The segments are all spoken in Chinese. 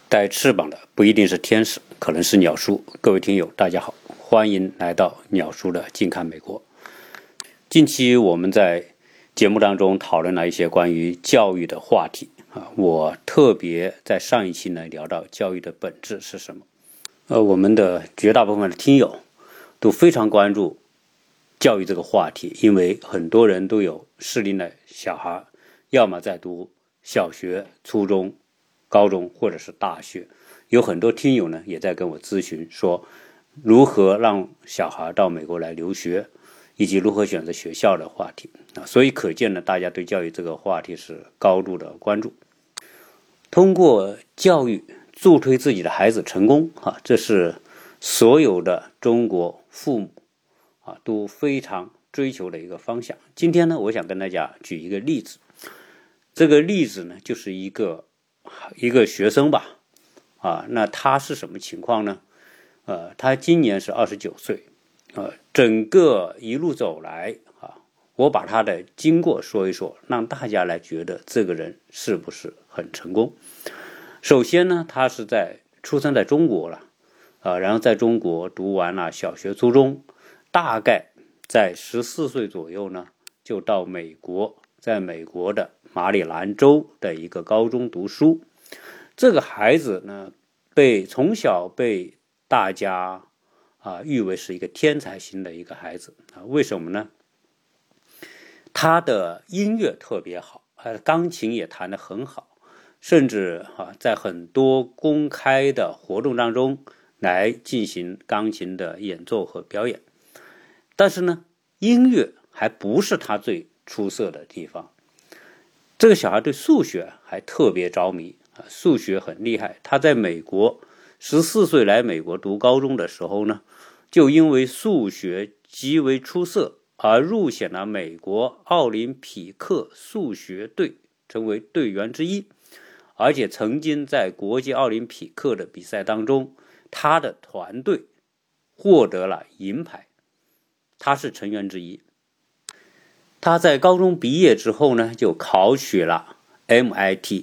带翅膀的不一定是天使，可能是鸟叔。各位听友大家好，欢迎来到鸟叔的近看美国。近期我们在节目当中讨论了一些关于教育的话题我特别在上一期呢聊到教育的本质是什么。我们的绝大部分的听友都非常关注教育这个话题，因为很多人都有适龄的小孩，要么在读小学、初中、高中或者是大学。有很多听友呢也在跟我咨询说如何让小孩到美国来留学，以及如何选择学校的话题所以可见呢，大家对教育这个话题是高度的关注。通过教育助推自己的孩子成功这是所有的中国父母都非常追求的一个方向。今天呢，我想跟大家举一个例子。这个例子呢，就是一个学生吧那他是什么情况呢？他今年是29岁整个一路走来我把他的经过说一说，让大家来觉得这个人是不是很成功。首先呢，他是出生在中国了然后在中国读完了小学、初中，大概在14岁左右呢，就到美国，在美国的马里兰州的一个高中读书。这个孩子呢，从小被大家誉为是一个天才型的一个孩子为什么呢？他的音乐特别好钢琴也弹得很好，甚至在很多公开的活动当中来进行钢琴的演奏和表演。但是呢，音乐还不是他最出色的地方。这个小孩对数学还特别着迷数学很厉害。他在美国14岁来美国读高中的时候呢，就因为数学极为出色而入选了美国奥林匹克数学队，成为队员之一，而且曾经在国际奥林匹克的比赛当中，他的团队获得了银牌，他是成员之一。他在高中毕业之后呢，就考取了 MIT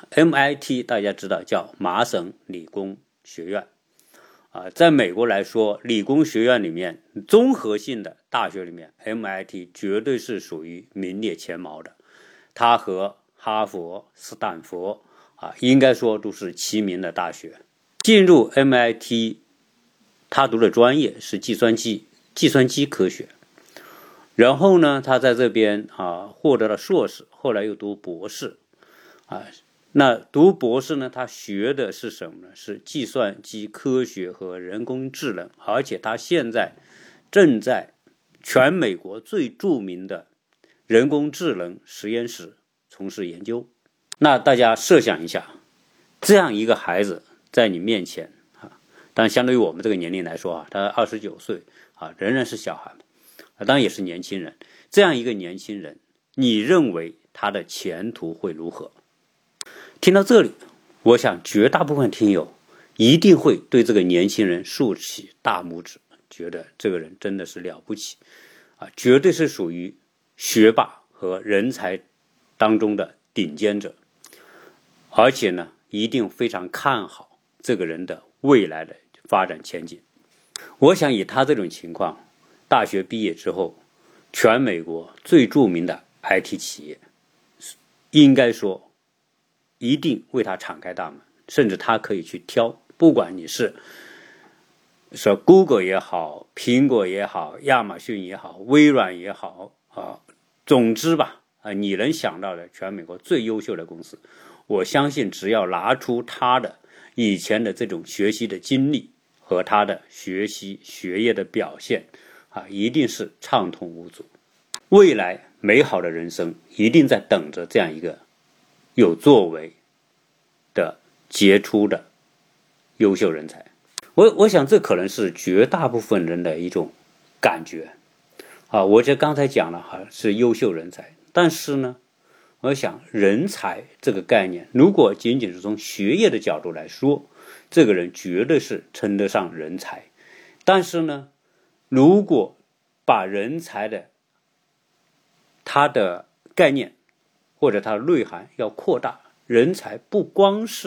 MIT 大家知道叫麻省理工学院在美国来说，理工学院里面综合性的大学里面 MIT 绝对是属于名列前茅的。它和哈佛、斯坦福应该说都是齐名的大学。进入 MIT 他读的专业是计算机科学。然后呢，他在这边获得了硕士，后来又读博士那读博士呢，他学的是什么呢？是计算机科学和人工智能，而且他现在正在全美国最著名的人工智能实验室从事研究。那大家设想一下，这样一个孩子在你面前当然相对于我们这个年龄来说他29岁仍然是小孩当然也是年轻人。这样一个年轻人，你认为他的前途会如何？听到这里，我想绝大部分听友一定会对这个年轻人竖起大拇指，觉得这个人真的是了不起绝对是属于学霸和人才当中的顶尖者，而且呢，一定非常看好这个人的未来的发展前景。我想以他这种情况，大学毕业之后，全美国最著名的 IT 企业应该说一定为他敞开大门，甚至他可以去挑，不管你是说 Google 也好，苹果也好，亚马逊也好，微软也好总之吧你能想到的全美国最优秀的公司，我相信只要拿出他的以前的这种学习的经历和他的学业的表现一定是畅通无阻。未来美好的人生一定在等着这样一个有作为的杰出的优秀人才。我想这可能是绝大部分人的一种感觉我这刚才讲了是优秀人才，但是呢，我想人才这个概念，如果仅仅是从学业的角度来说，这个人绝对是称得上人才。但是呢，如果把人才的他的概念或者他的内涵要扩大，人才不光是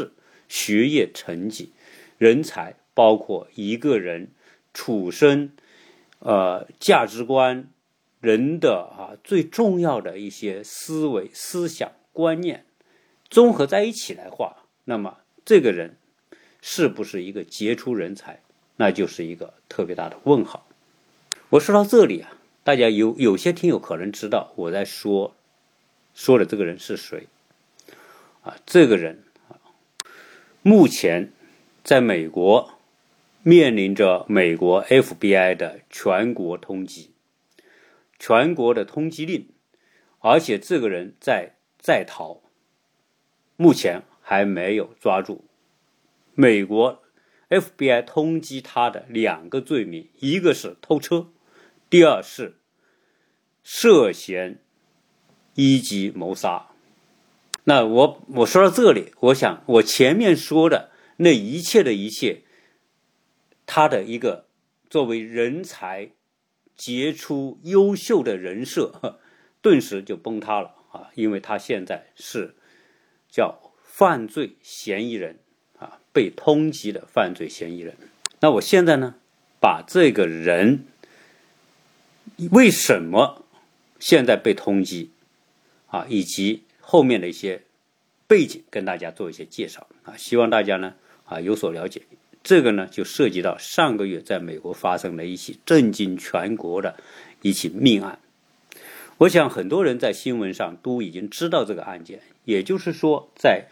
学业成绩。人才包括一个人处身价值观，人的最重要的一些思维、思想、观念综合在一起来画，那么这个人是不是一个杰出人才，那就是一个特别大的问号。我说到这里大家有些听友可能知道我在说的这个人是谁这个人目前在美国面临着美国 FBI 的全国通缉，全国的通缉令，而且这个人在逃，目前还没有抓住。美国 FBI 通缉他的2个罪名，一个是偷车，第二是涉嫌1级谋杀。那我说到这里，我想我前面说的那一切，他的一个作为人才杰出优秀的人设顿时就崩塌了因为他现在是叫犯罪嫌疑人被通缉的犯罪嫌疑人。那我现在呢，把这个人为什么现在被通缉以及后面的一些背景跟大家做一些介绍希望大家呢有所了解。这个呢就涉及到上个月在美国发生的一起震惊全国的一起命案。我想很多人在新闻上都已经知道这个案件，也就是说在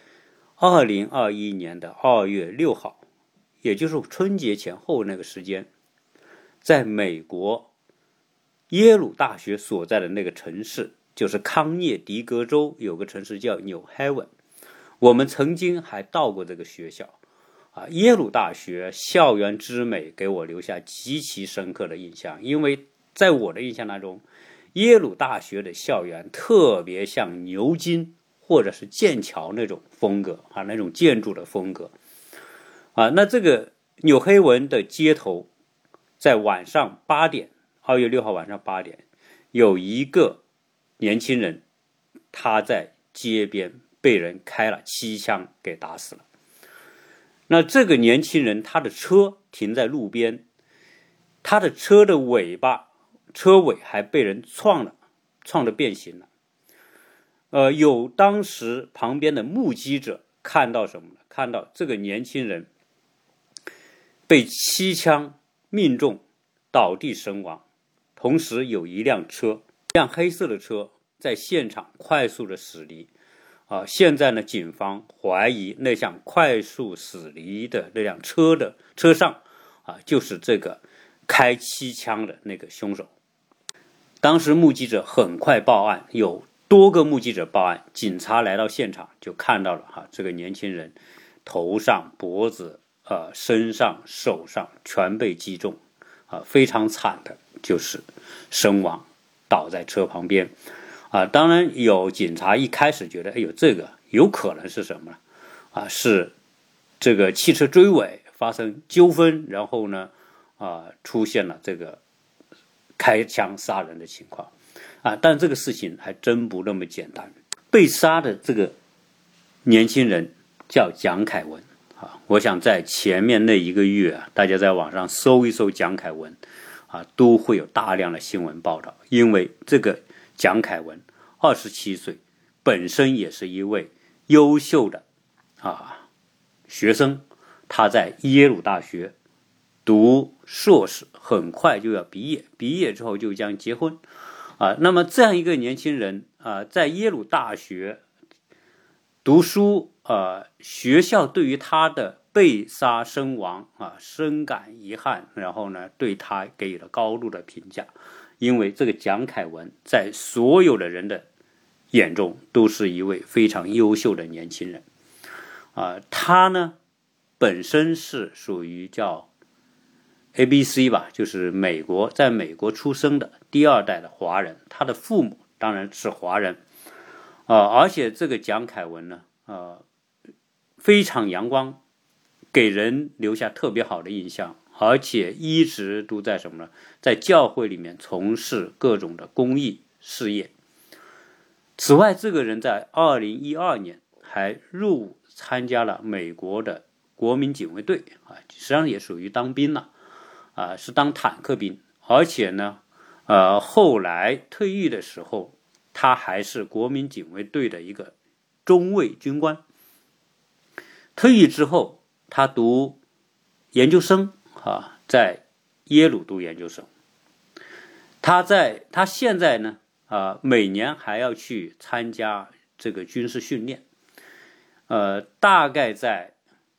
2021年的2月6号，也就是春节前后那个时间，在美国耶鲁大学所在的那个城市，就是康涅狄格州有个城市叫纽黑文，我们曾经还到过这个学校耶鲁大学校园之美给我留下极其深刻的印象，因为在我的印象当中，耶鲁大学的校园特别像牛津或者是剑桥那种风格那种建筑的风格那这个纽黑文的街头在晚上8点，2月6号晚上8点，有一个年轻人他在街边被人开了7枪给打死了。那这个年轻人他的车停在路边，他的车的尾巴车尾还被人撞得变形了。有当时旁边的目击者看到什么呢？看到这个年轻人被7枪命中倒地身亡，同时有一辆黑色的车在现场快速的驶离现在呢，警方怀疑那辆快速驶离的那辆车上就是这个开7枪的那个凶手。当时目击者很快报案，有多个目击者报案，警察来到现场就看到了这个年轻人头上、脖子、身上、手上全被击中非常惨的就是身亡，倒在车旁边当然有警察一开始觉得这个有可能是什么呢是这个汽车追尾发生纠纷，然后呢出现了这个开枪杀人的情况但这个事情还真不那么简单。被杀的这个年轻人叫蒋凯文我想在前面那1个月大家在网上搜一搜蒋凯文都会有大量的新闻报道，因为这个蒋凯文27岁，本身也是一位优秀的学生，他在耶鲁大学读硕士，很快就要毕业，毕业之后就将结婚那么这样一个年轻人在耶鲁大学读书学校对于他的被杀身亡深感遗憾，然后呢对他给予了高度的评价，因为这个蒋凯文在所有的人的眼中都是一位非常优秀的年轻人他呢本身是属于叫 ABC 吧，就是在美国出生的第2代的华人，他的父母当然是华人而且这个蒋凯文呢非常阳光，给人留下特别好的印象，而且一直都在什么呢？在教会里面从事各种的公益事业。此外，这个人在2012年还入伍参加了美国的国民警卫队实际上也属于当兵了是当坦克兵，而且呢后来退役的时候，他还是国民警卫队的一个中尉军官。退役之后，他读研究生在耶鲁读研究生。他现在呢每年还要去参加这个军事训练。大概在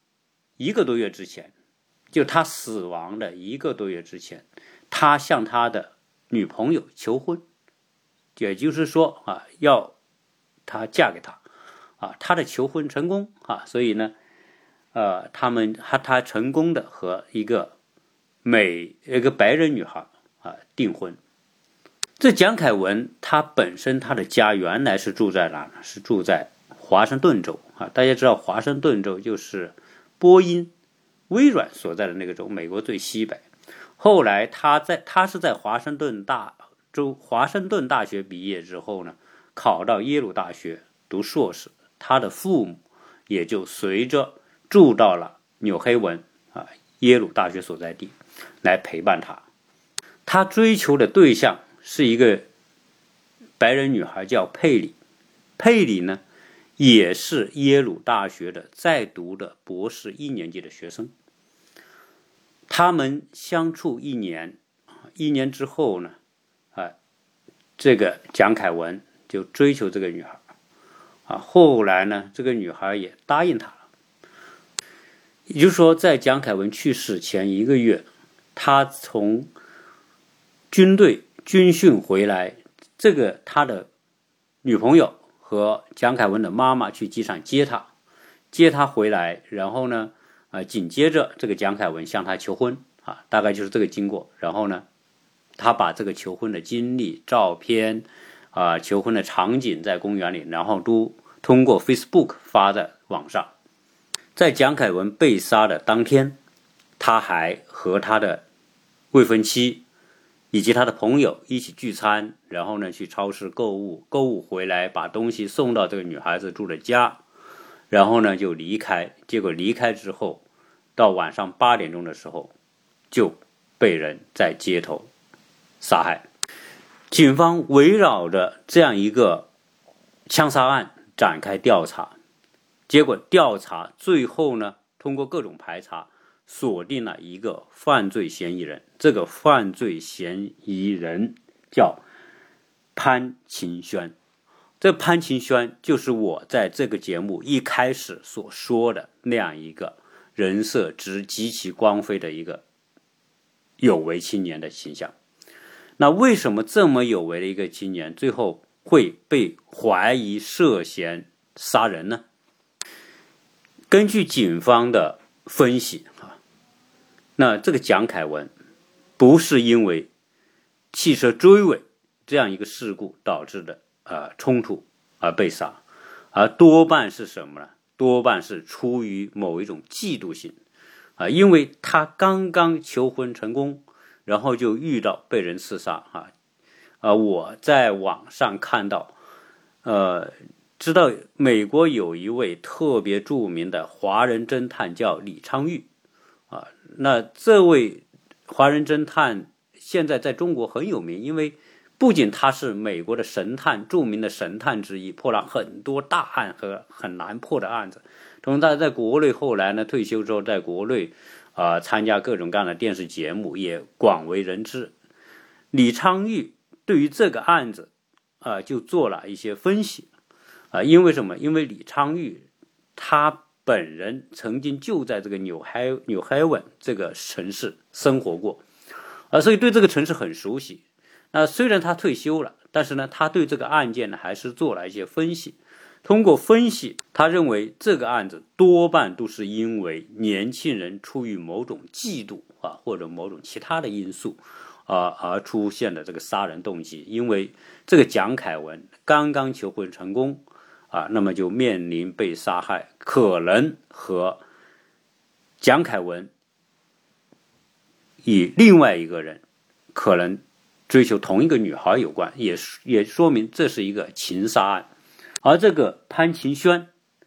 1个多月之前，就他死亡的1个多月之前，他向他的女朋友求婚，也就是说要他嫁给他他的求婚成功所以呢他成功的和一个白人女孩订婚。这蒋凯文他本身他的家原来是住在哪呢？是住在华盛顿州大家知道华盛顿州就是波音微软所在的那个州，美国最西北。后来他是在华盛顿大学毕业之后呢，考到耶鲁大学读硕士，他的父母也就随着住到了纽黑文耶鲁大学所在地来陪伴他。他追求的对象是一个白人女孩叫佩里，佩里呢也是耶鲁大学的在读的博士1年级的学生。他们相处1年之后呢这个蒋凯文就追求这个女孩后来呢这个女孩也答应他了。也就是说在蒋凯文去世前1个月，他从军队军训回来，他的女朋友和蒋凯文的妈妈去机场接他回来，然后呢紧接着这个蒋凯文向他求婚大概就是这个经过。然后呢他把这个求婚的经历、照片求婚的场景在公园里，然后都通过 Facebook 发在网上。在蒋凯文被杀的当天，他还和他的未婚妻以及他的朋友一起聚餐，然后呢去超市购物回来，把东西送到这个女孩子住的家，然后呢就离开。结果离开之后，到晚上8点钟的时候就被人在街头杀害。警方围绕着这样一个枪杀案展开调查，结果调查最后呢通过各种排查锁定了一个犯罪嫌疑人。这个犯罪嫌疑人叫潘勤轩。这潘勤轩就是我在这个节目一开始所说的那样一个人设值极其光辉的一个有为青年的形象。那为什么这么有为的一个青年最后会被怀疑涉嫌杀人呢？根据警方的分析那这个蒋凯文不是因为汽车追尾这样一个事故导致的冲突而被杀，而多半是什么呢？多半是出于某一种嫉妒心因为他刚刚求婚成功，然后就遇到被人刺杀我在网上看到知道美国有一位特别著名的华人侦探叫李昌钰那这位华人侦探现在在中国很有名，因为不仅他是美国的神探，著名的神探之一，破了很多大案和很难破的案子。同时他在国内后来呢退休之后，在国内参加各种各样的电视节目，也广为人知。李昌钰对于这个案子就做了一些分析因为什么？因为李昌钰他本人曾经就在这个纽黑文这个城市生活过所以对这个城市很熟悉。那虽然他退休了，但是呢他对这个案件呢还是做了一些分析。通过分析，他认为这个案子多半都是因为年轻人出于某种嫉妒或者某种其他的因素而出现的这个杀人动机。因为这个蒋凯文刚刚求婚成功那么就面临被杀害，可能和蒋凯文与另外一个人可能追求同一个女孩有关，也说明这是一个情杀案。而这个潘勤轩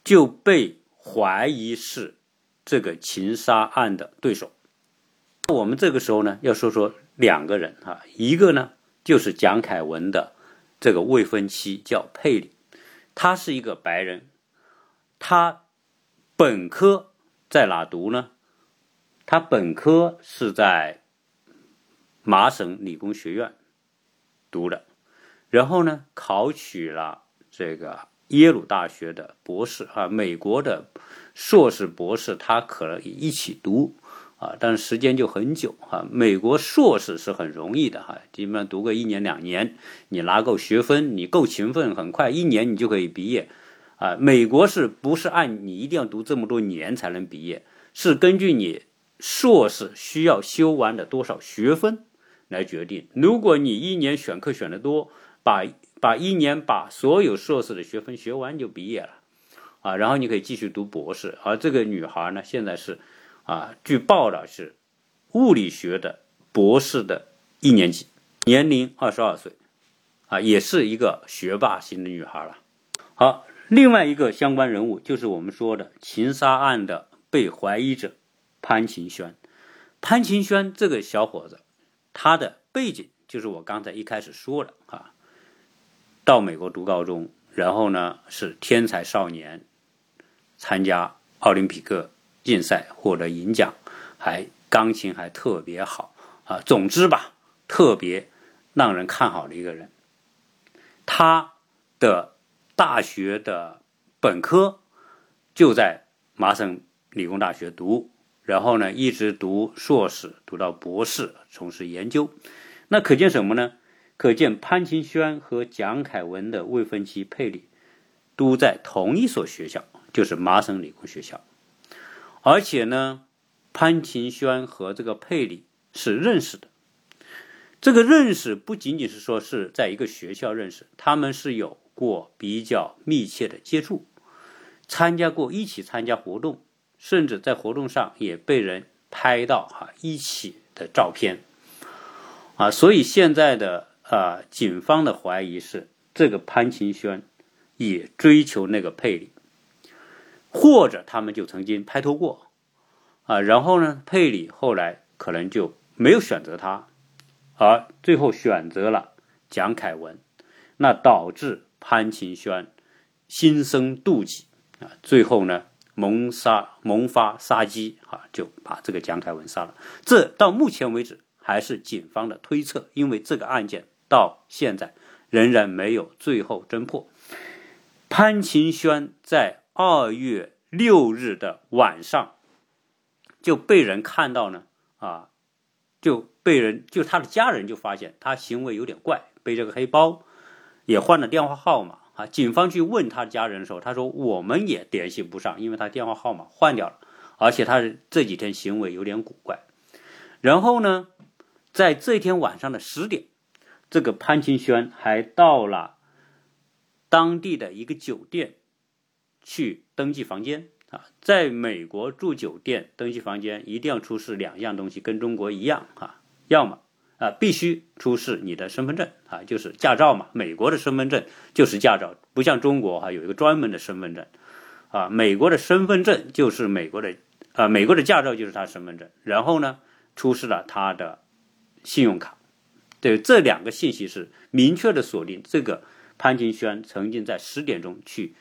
就被怀疑是这个情杀案的对手。我们这个时候呢，要说说两个人啊，一个呢就是蒋凯文的这个未婚妻叫佩里，她是一个白人，她本科在哪读呢？她本科是在麻省理工学院读的，然后呢考取了这个耶鲁大学的博士啊，美国的硕士博士他可能一起读啊，但是时间就很久啊。美国硕士是很容易的哈，基本上读个1年2年，你拿够学分，你够勤奋，很快1年你就可以毕业啊。美国是不是按你一定要读这么多年才能毕业，是根据你硕士需要修完的多少学分来决定。如果你1年选课选得多，把1年把所有硕士的学分学完就毕业了啊，然后你可以继续读博士。而这个女孩呢，现在是据报道是物理学的博士的1年级，年龄22岁啊，也是一个学霸型的女孩了。好，另外一个相关人物就是我们说的情杀案的被怀疑者潘勤轩。潘勤轩这个小伙子，他的背景就是我刚才一开始说的啊，到美国读高中，然后呢是天才少年，参加奥林匹克竞赛获得银奖，还钢琴还特别好啊。总之吧，特别让人看好的一个人。他的大学的本科就在麻省理工大学读，然后呢一直读硕士，读到博士，从事研究。那可见什么呢？可见潘勤轩和蒋凯文的未婚妻佩里都在同一所学校，就是麻省理工学校。而且呢，潘勤轩和这个佩里是认识的。这个认识不仅仅是说是在一个学校认识，他们是有过比较密切的接触，一起参加活动，甚至在活动上也被人拍到一起的照片啊。所以现在的警方的怀疑是这个潘勤轩也追求那个佩里，或者他们就曾经拍拖过啊。然后呢，佩里后来可能就没有选择他，而最后选择了蒋凯文，那导致潘勤轩心生妒忌啊，最后呢萌发杀机啊，就把这个蒋凯文杀了。这到目前为止还是警方的推测，因为这个案件到现在仍然没有最后侦破。潘勤轩在2月6日的晚上就被人看到呢就他的家人就发现他行为有点怪，背这个黑包，也换了电话号码啊。警方去问他家人的时候，他说我们也联系不上，因为他电话号码换掉了，而且他这几天行为有点古怪。然后呢，在这天晚上的10点，这个潘勤轩还到了当地的一个酒店去登记房间啊。在美国住酒店登记房间一定要出示2样东西，跟中国一样啊，要么必须出示你的身份证啊，就是驾照嘛。美国的身份证就是驾照，不像中国有一个专门的身份证啊。美国的身份证就是美国的驾照就是他的身份证，然后呢出示了他的信用卡。对，这2个信息是明确的锁定这个潘勤轩曾经在10点钟去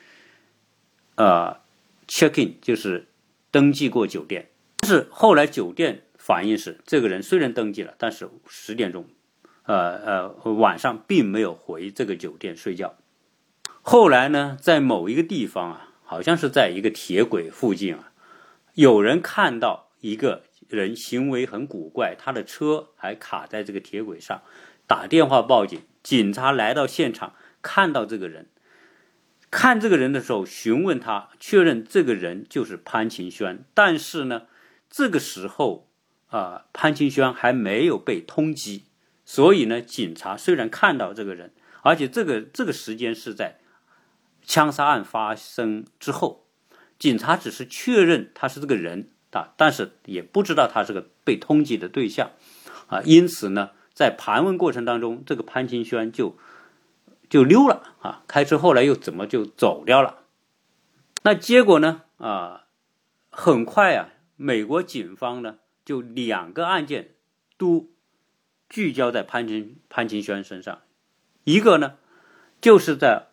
check in， 就是登记过酒店。但是后来酒店反映是这个人虽然登记了，但是10点钟晚上并没有回这个酒店睡觉。后来呢，在某一个地方好像是在一个铁轨附近有人看到一个人行为很古怪，他的车还卡在这个铁轨上，打电话报警，警察来到现场，看到这个人，看这个人的时候询问他，确认这个人就是潘勤轩。但是呢，这个时候潘勤轩还没有被通缉，所以呢，警察虽然看到这个人，而且这个时间是在枪杀案发生之后，警察只是确认他是这个人但是也不知道他是个被通缉的对象因此呢，在盘问过程当中，这个潘勤轩就溜了开车后来又怎么就走掉了。 那结果呢很快美国警方呢就2个案件都聚焦在潘清轩身上。一个呢就是在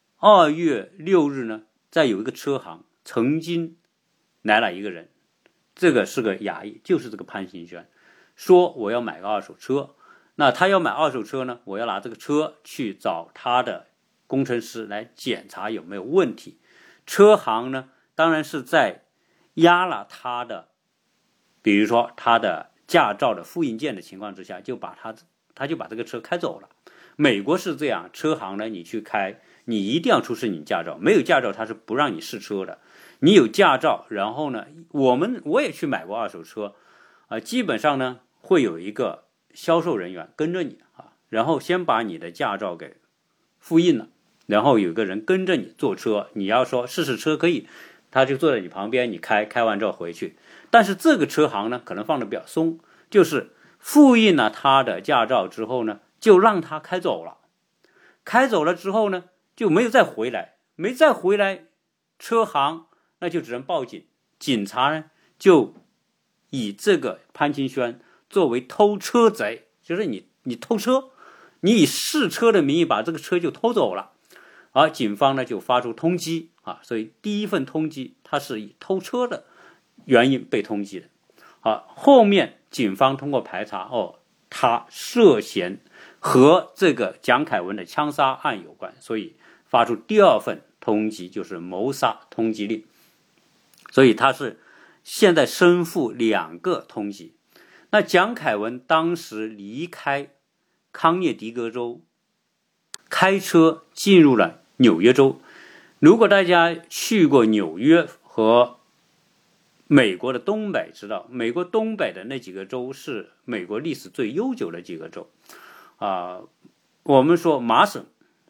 2月6日呢，在有一个车行曾经来了一个人，这个是个亚裔，就是这个潘清轩，说我要买个二手车。那他要买二手车呢，我要拿这个车去找他的工程师来检查有没有问题。车行呢当然是在压了他的比如说他的驾照的复印件的情况之下，他就把这个车开走了。美国是这样，车行呢你去开，你一定要出示你驾照，没有驾照他是不让你试车的。你有驾照，然后呢我也去买过二手车基本上呢会有一个销售人员跟着你然后先把你的驾照给复印了，然后有个人跟着你坐车，你要说试试车可以，他就坐在你旁边，你开完之后回去。但是这个车行呢可能放的比较松，就是复印了他的驾照之后呢就让他开走了，开走了之后呢就没有再回来，没再回来，车行那就只能报警。警察呢就以这个潘清轩作为偷车贼，就是你偷车，你以试车的名义把这个车就偷走了，而警方呢就发出通缉所以第一份通缉他是以偷车的原因被通缉的后面警方通过排查他涉嫌和这个蒋凯文的枪杀案有关，所以发出第2份通缉，就是谋杀通缉令。所以他是现在身负2个通缉。那蒋凯文当时离开康涅狄格州，开车进入了纽约州。如果大家去过纽约和美国的东北，知道美国东北的那几个州是美国历史最悠久的几个州我们说麻省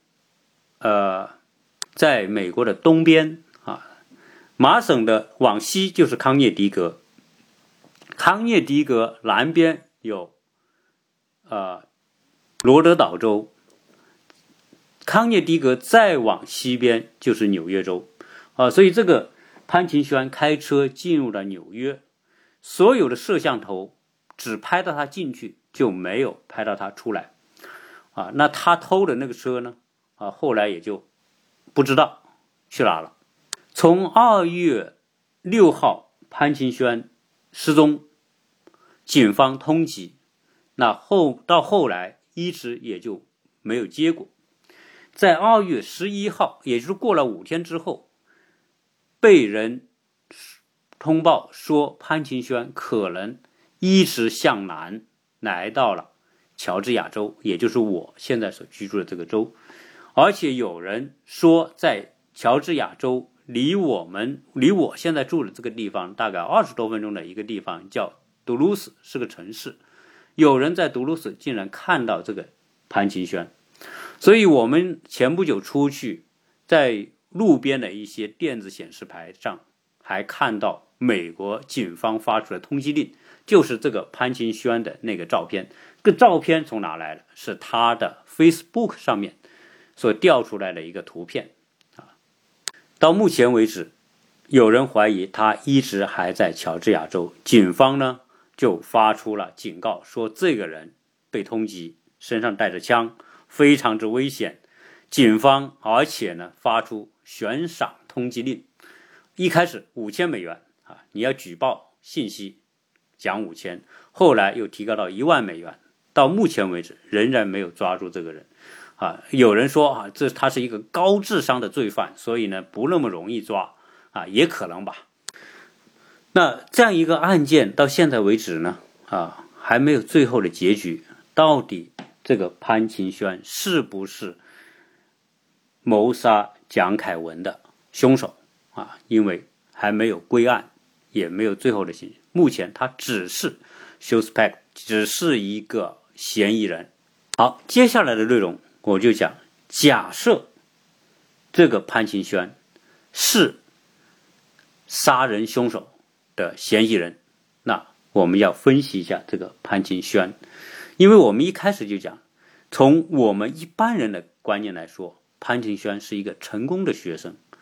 在美国的东边麻省的往西就是康涅狄格，康涅狄格南边有罗德岛州，康涅狄格再往西边就是纽约州所以这个潘清轩开车进入了纽约，所有的摄像头只拍到他进去，就没有拍到他出来那他偷的那个车呢后来也就不知道去哪了。从2月6号潘清轩失踪，警方通缉，那到后来一直也就没有结果。在2月11号，也就是过了5天之后，被人通报说潘清轩可能一直向南来到了乔治亚州，也就是我现在所居住的这个州。而且有人说在乔治亚州离我现在住的这个地方大概20多分钟的一个地方叫杜鲁斯，是个城市，有人在杜鲁斯竟然看到这个潘清轩。所以我们前不久出去，在路边的一些电子显示牌上还看到美国警方发出的通缉令，就是这个潘清轩的那个照片。这个照片从哪来的？是他的 Facebook 上面所调出来的一个图片到目前为止，有人怀疑他一直还在乔治亚州，警方呢就发出了警告，说这个人被通缉，身上带着枪，非常之危险。警方而且呢发出悬赏通缉令，一开始5000美元你要举报信息奖5000，后来又提高到1万美元。到目前为止仍然没有抓住这个人有人说他是一个高智商的罪犯，所以呢不那么容易抓也可能吧。那这样一个案件到现在为止呢还没有最后的结局，到底这个潘清轩是不是谋杀蒋凯文的凶手因为还没有归案，也没有最后的信息，目前他只是 suspect， 只是一个嫌疑人。好，接下来的内容我就讲，假设这个潘清轩是杀人凶手的嫌疑人，那我们要分析一下这个潘清轩。因为我们一开始就讲，从我们一般人的观念来说，潘清轩是一个成功的学生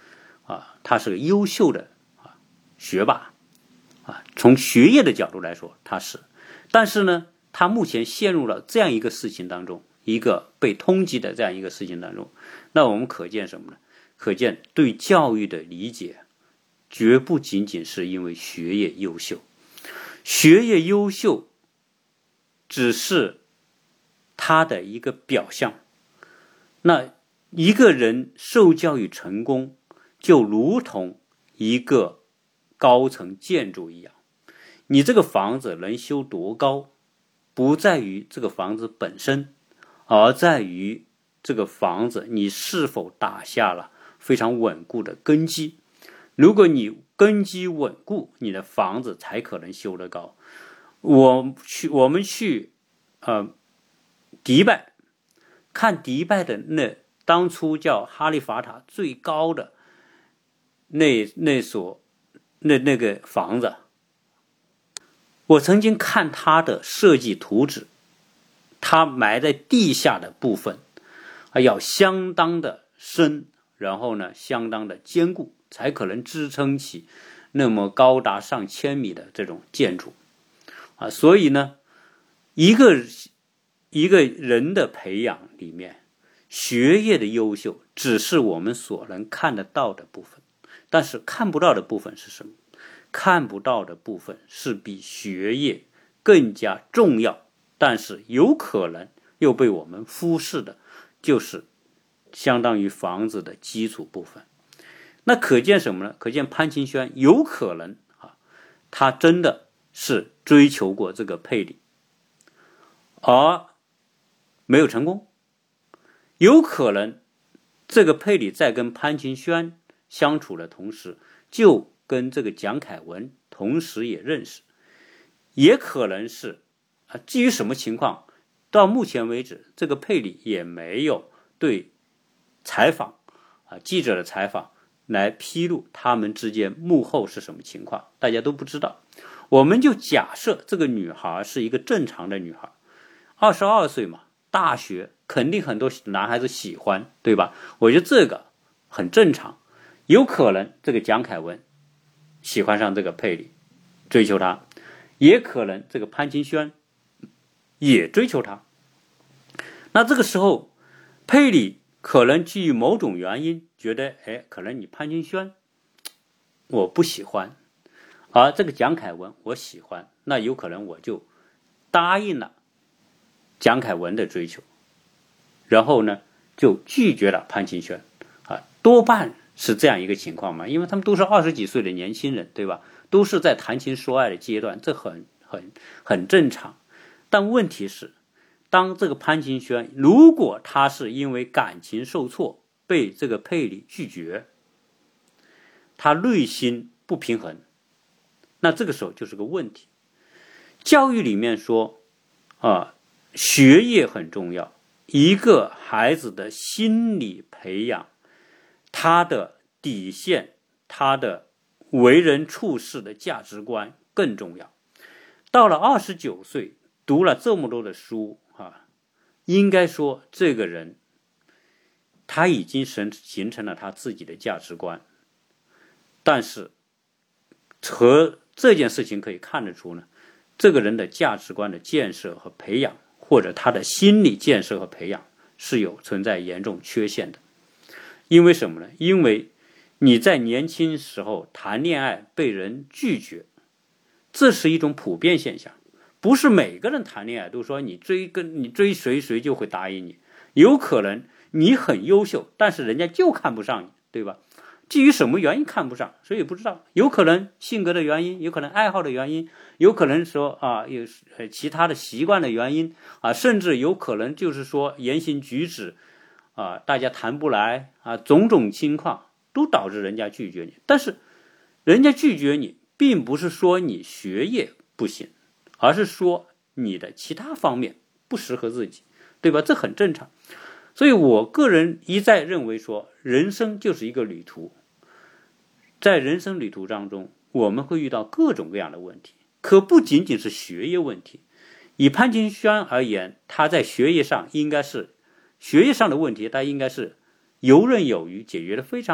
他是个优秀的学霸从学业的角度来说他是，但是呢他目前陷入了这样一个事情当中，一个被通缉的这样一个事情当中，那我们可见什么呢？可见对教育的理解绝不仅仅是因为学业优秀，学业优秀只是他的一个表象。那一个人受教育成功，就如同一个高层建筑一样，你这个房子能修多高，不在于这个房子本身，而在于这个房子你是否打下了非常稳固的根基。如果你根基稳固，你的房子才可能修得高。我们去迪拜看迪拜的当初叫哈利法塔最高的那个房子，我曾经看它的设计图纸，它埋在地下的部分要相当的深，然后呢相当的坚固，才可能支撑起那么高达上千米的这种建筑所以呢一个人的培养里面，学业的优秀只是我们所能看得到的部分，但是看不到的部分是什么？看不到的部分是比学业更加重要，但是有可能又被我们忽视的，就是相当于房子的基础部分。那可见什么呢？可见潘清轩有可能他真的是追求过这个佩里，而没有成功。有可能这个佩里在跟潘清轩相处的同时，就跟这个蒋凯文同时也认识，也可能是至于什么情况，到目前为止这个佩里也没有对采访记者的采访来披露他们之间幕后是什么情况，大家都不知道。我们就假设这个女孩是一个正常的女孩，22岁嘛，大学肯定很多男孩子喜欢，对吧？我觉得这个很正常。有可能这个蒋凯文喜欢上这个佩里，追求他，也可能这个潘清轩也追求他。那这个时候佩里可能基于某种原因觉得可能你潘清轩我不喜欢，而这个蒋凯文我喜欢，那有可能我就答应了蒋凯文的追求，然后呢就拒绝了潘清轩多半是这样一个情况嘛，因为他们都是20几岁的年轻人，对吧？都是在谈情说爱的阶段，这很正常。但问题是，当这个潘清轩如果他是因为感情受挫被这个佩里拒绝，他内心不平衡，那这个时候就是个问题。教育里面说学业很重要，一个孩子的心理培养，他的底线，他的为人处事的价值观更重要。到了29岁读了这么多的书应该说这个人他已经形成了他自己的价值观，但是和这件事情可以看得出呢，这个人的价值观的建设和培养，或者他的心理建设和培养是有存在严重缺陷的。因为什么呢？因为你在年轻时候谈恋爱被人拒绝，这是一种普遍现象，不是每个人谈恋爱都说你追谁谁就会答应你，有可能你很优秀，但是人家就看不上你，对吧？基于什么原因看不上，所以不知道，有可能性格的原因，有可能爱好的原因，有可能说有其他的习惯的原因甚至有可能就是说言行举止大家谈不来种种情况都导致人家拒绝你。但是人家拒绝你并不是说你学业不行，而是说你的其他方面不适合自己，对吧？这很正常。所以我个人一再认为说，人生就是一个旅途，在人生旅途当中我们会遇到各种各样的问题，可不仅仅是学业问题。以潘清轩而言，他在学业上的问题他应该是游刃有余，解决得非常好。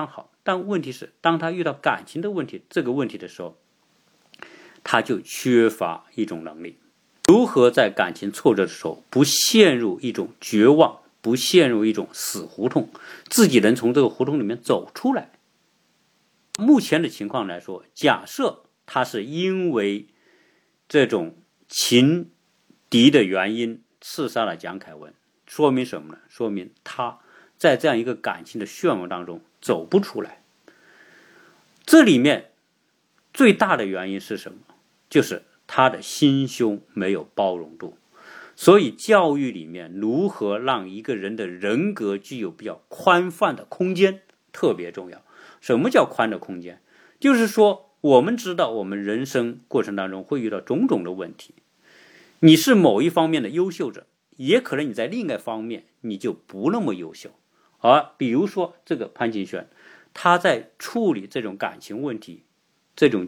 但问题是，当他遇到感情的问题这个问题的时候，他就缺乏一种能力，如何在感情挫折的时候不陷入一种绝望，不陷入一种死胡同，自己能从这个胡同里面走出来。目前的情况来说，假设他是因为这种情敌的原因刺杀了蒋凯文，说明什么呢？说明他在这样一个感情的漩涡当中走不出来。这里面最大的原因是什么？就是他的心胸没有包容度。所以教育里面如何让一个人的人格具有比较宽泛的空间特别重要。什么叫宽的空间？就是说我们知道我们人生过程当中会遇到种种的问题，你是某一方面的优秀者，也可能你在另一方面你就不那么优秀。而比如说这个潘金轩，他在处理这种感情问题，这种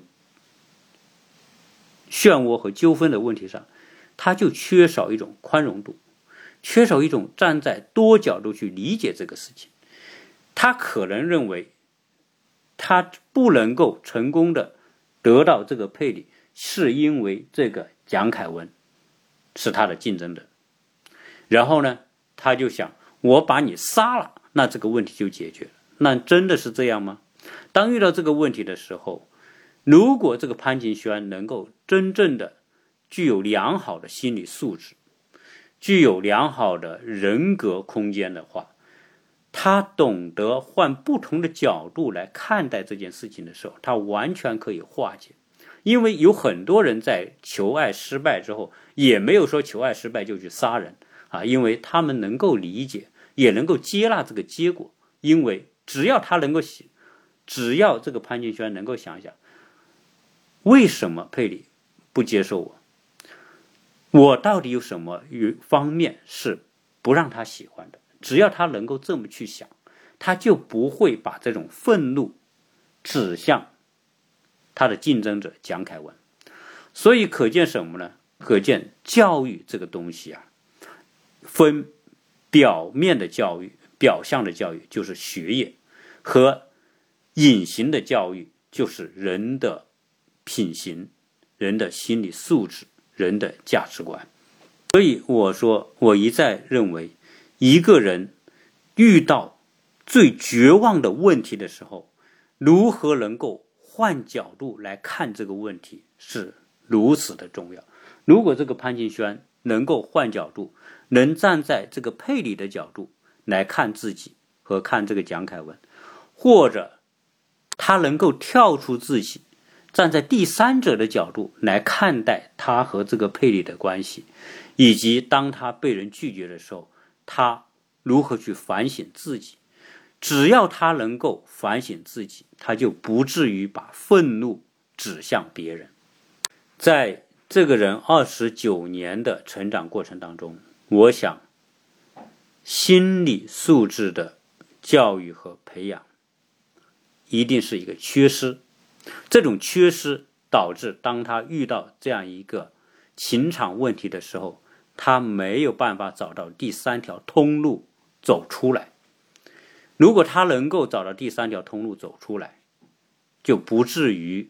漩涡和纠纷的问题上，他就缺少一种宽容度，缺少一种站在多角度去理解这个事情。他可能认为他不能够成功的得到这个配礼，是因为这个蒋凯文是他的竞争者。然后呢，他就想我把你杀了，那这个问题就解决了。那真的是这样吗？当遇到这个问题的时候，如果这个潘金轩能够真正的具有良好的心理素质，具有良好的人格空间的话，他懂得换不同的角度来看待这件事情的时候，他完全可以化解。因为有很多人在求爱失败之后，也没有说求爱失败就去杀人啊，因为他们能够理解，也能够接纳这个结果。因为只要这个潘金轩能够想想，为什么佩里不接受我？我到底有什么方面是不让他喜欢的？只要他能够这么去想，他就不会把这种愤怒指向他的竞争者蒋凯文。所以可见什么呢？可见教育这个东西啊，分表面的教育、表象的教育，就是学业，和隐形的教育，就是人的品行、人的心理素质、人的价值观。所以我说，我一再认为，一个人遇到最绝望的问题的时候，如何能够换角度来看这个问题是如此的重要。如果这个潘金轩能够换角度，能站在这个佩里的角度来看自己和看这个蒋凯文，或者他能够跳出自己，站在第三者的角度来看待他和这个佩里的关系，以及当他被人拒绝的时候，他如何去反省自己。只要他能够反省自己，他就不至于把愤怒指向别人。在这个人29年的成长过程当中，我想心理素质的教育和培养一定是一个缺失。这种缺失导致当他遇到这样一个情场问题的时候，他没有办法找到第三条通路走出来。如果他能够找到第三条通路走出来，就不至于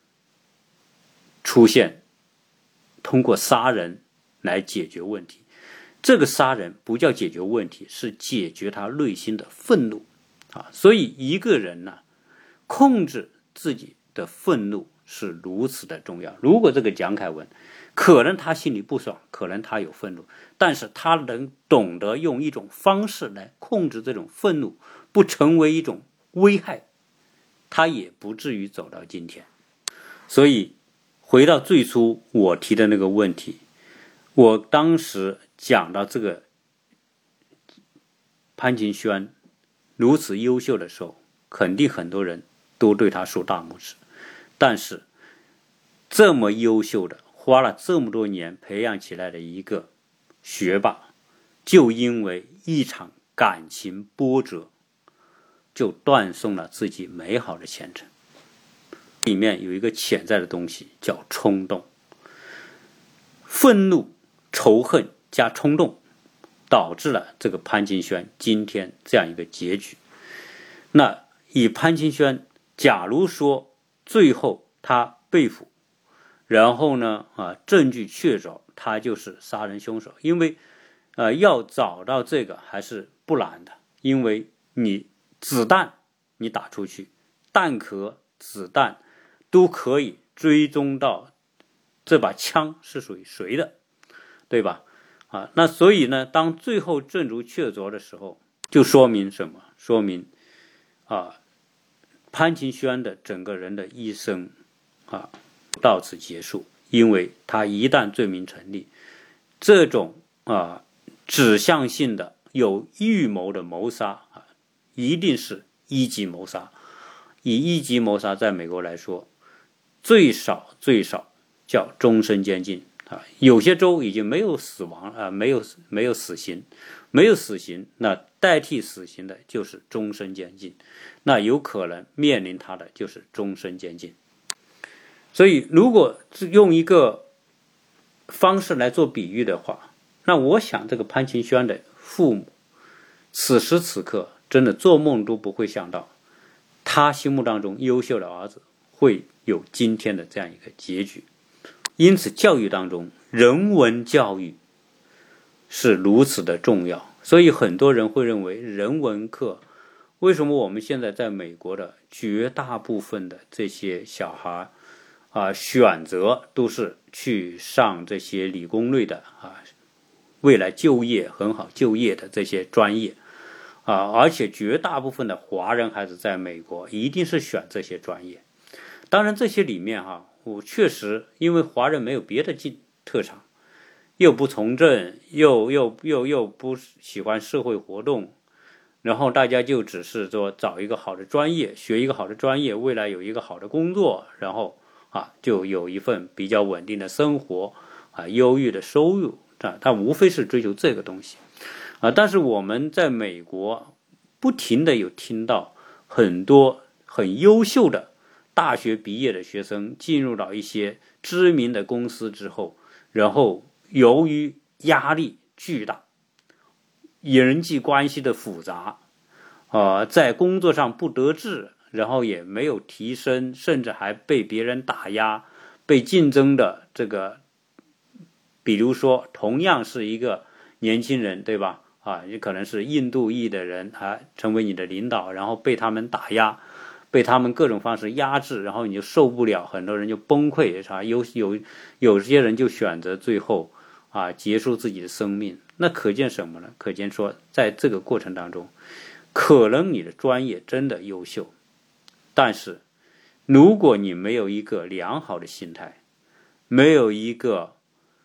出现通过杀人来解决问题。这个杀人不叫解决问题，是解决他内心的愤怒啊。所以一个人呢，控制自己的愤怒是如此的重要。如果这个蒋凯文可能他心里不爽，可能他有愤怒，但是他能懂得用一种方式来控制这种愤怒，不成为一种危害，他也不至于走到今天。所以回到最初我提的那个问题，我当时讲到这个潘金轩如此优秀的时候，肯定很多人都对他竖大拇指。但是这么优秀的，花了这么多年培养起来的一个学霸，就因为一场感情波折，就断送了自己美好的前程。里面有一个潜在的东西叫冲动，愤怒、仇恨加冲动，导致了这个潘金轩今天这样一个结局。那以潘清轩，假如说最后他被捕，然后呢证据确凿，他就是杀人凶手，因为要找到这个还是不难的，因为你子弹你打出去，弹壳、子弹都可以追踪到这把枪是属于谁的，对吧？那所以呢，当最后证据确凿的时候，就说明什么？说明潘清轩的整个人的一生到此结束，因为他一旦罪名成立，这种指向性的有预谋的谋杀一定是一级谋杀。以一级谋杀在美国来说，最少叫终身监禁有些州已经没有死亡没有死刑，那代替死刑的就是终身监禁，那有可能面临他的就是终身监禁。所以如果用一个方式来做比喻的话，那我想这个潘清轩的父母此时此刻真的做梦都不会想到，他心目当中优秀的儿子会有今天的这样一个结局。因此教育当中人文教育是如此的重要，所以很多人会认为人文课，为什么我们现在在美国的绝大部分的这些小孩选择都是去上这些理工类的未来就业很好就业的这些专业而且绝大部分的华人孩子在美国一定是选这些专业。当然这些里面我确实因为华人没有别的特长，又不从政，又不喜欢社会活动，然后大家就只是说找一个好的专业，学一个好的专业，未来有一个好的工作，然后就有一份比较稳定的生活优裕的收入他无非是追求这个东西但是我们在美国不停的有听到很多很优秀的大学毕业的学生进入到一些知名的公司之后，然后由于压力巨大，人际关系的复杂在工作上不得志，然后也没有提升，甚至还被别人打压，被竞争的这个，比如说同样是一个年轻人，对吧？也可能是印度裔的人成为你的领导，然后被他们打压，被他们各种方式压制，然后你就受不了，很多人就崩溃有些人就选择最后结束自己的生命。那可见什么呢？可见说在这个过程当中，可能你的专业真的优秀，但是如果你没有一个良好的心态，没有一个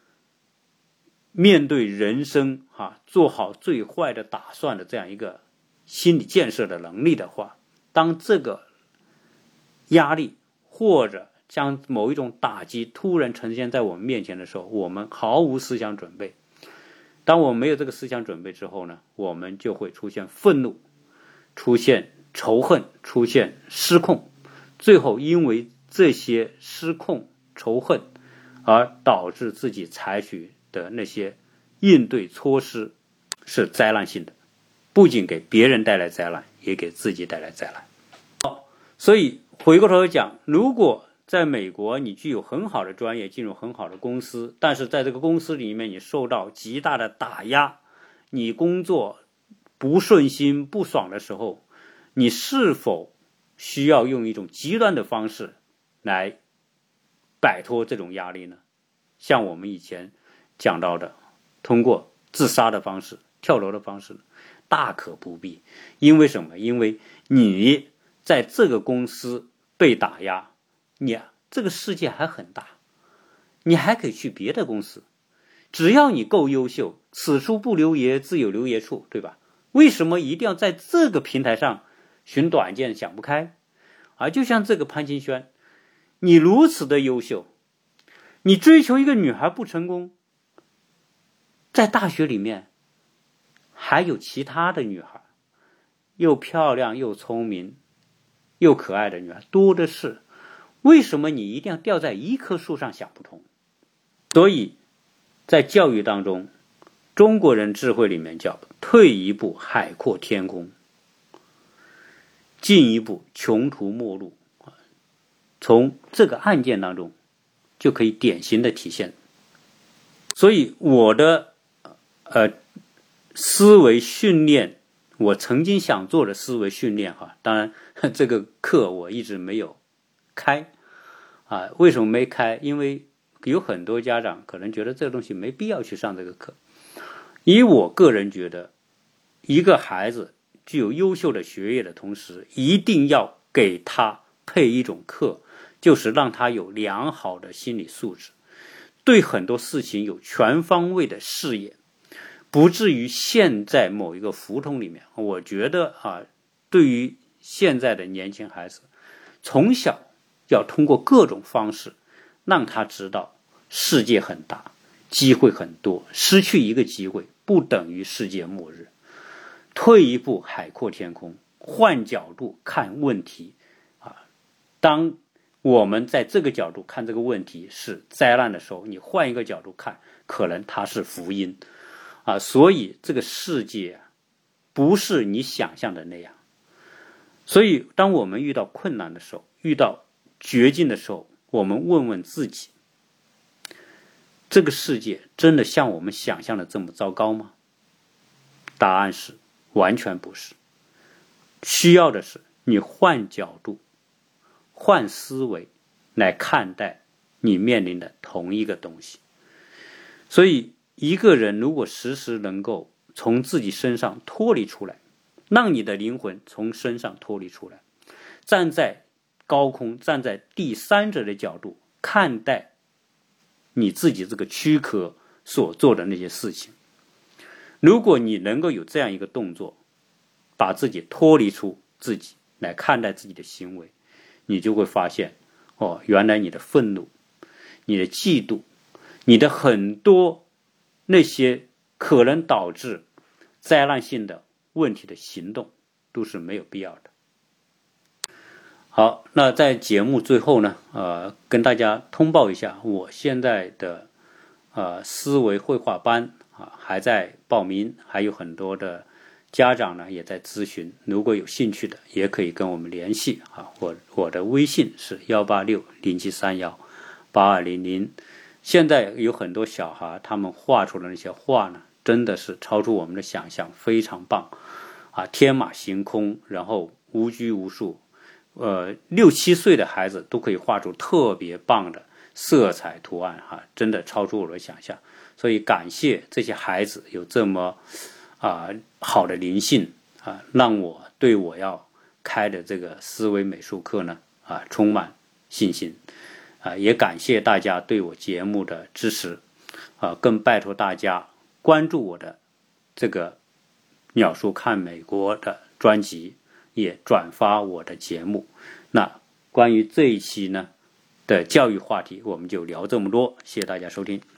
面对人生做好最坏的打算的这样一个心理建设的能力的话，当这个压力或者将某一种打击突然呈现在我们面前的时候，我们毫无思想准备。当我们没有这个思想准备之后呢，我们就会出现愤怒，出现仇恨，出现失控，最后因为这些失控仇恨而导致自己采取的那些应对措施是灾难性的，不仅给别人带来灾难，也给自己带来灾难。所以回过头来讲，如果在美国你具有很好的专业，进入很好的公司，但是在这个公司里面你受到极大的打压，你工作不顺心不爽的时候，你是否需要用一种极端的方式来摆脱这种压力呢？像我们以前讲到的，通过自杀的方式、跳楼的方式，大可不必。因为什么？因为你在这个公司被打压，你这个世界还很大，你还可以去别的公司，只要你够优秀，此处不留爷，自有留爷处，对吧？为什么一定要在这个平台上寻短见，想不开就像这个潘清轩，你如此的优秀，你追求一个女孩不成功，在大学里面还有其他的女孩，又漂亮又聪明又可爱的女孩多的是，为什么你一定要吊在一棵树上想不通？所以在教育当中，中国人智慧里面叫退一步海阔天空。 进一步穷途末路，从这个案件当中就可以典型的体现。所以我的思维训练，我曾经想做的思维训练当然这个课我一直没有开为什么没开？因为有很多家长可能觉得这个东西没必要去上这个课。以我个人觉得，一个孩子具有优秀的学业的同时，一定要给他配一种课，就是让他有良好的心理素质，对很多事情有全方位的视野，不至于陷在某一个胡同里面。我觉得对于现在的年轻孩子，从小要通过各种方式让他知道世界很大，机会很多，失去一个机会不等于世界末日，退一步海阔天空，换角度看问题当我们在这个角度看这个问题是灾难的时候，你换一个角度看，可能它是福音所以这个世界不是你想象的那样。所以当我们遇到困难的时候，遇到绝境的时候，我们问问自己，这个世界真的像我们想象的这么糟糕吗？答案是完全不是。需要的是你换角度，换思维来看待你面临的同一个东西。所以一个人如果时时能够从自己身上脱离出来，让你的灵魂从身上脱离出来，站在高空，站在第三者的角度看待你自己这个躯壳所做的那些事情，如果你能够有这样一个动作，把自己脱离出自己来看待自己的行为，你就会发现原来你的愤怒，你的嫉妒，你的很多那些可能导致灾难性的问题的行动都是没有必要的。好，那在节目最后呢跟大家通报一下，我现在的思维绘画班还在报名，还有很多的家长呢也在咨询，如果有兴趣的也可以跟我们联系我的微信是18607318200。现在有很多小孩他们画出的那些画呢，真的是超出我们的想象，非常棒天马行空，然后无拘无束，6、7岁的孩子都可以画出特别棒的色彩图案真的超出我的想象。所以感谢这些孩子有这么好的灵性让我对我要开的这个思维美术课呢充满信心也感谢大家对我节目的支持更拜托大家关注我的这个鸟叔看美国的专辑，也转发我的节目。那关于这一期呢的教育话题我们就聊这么多，谢谢大家收听。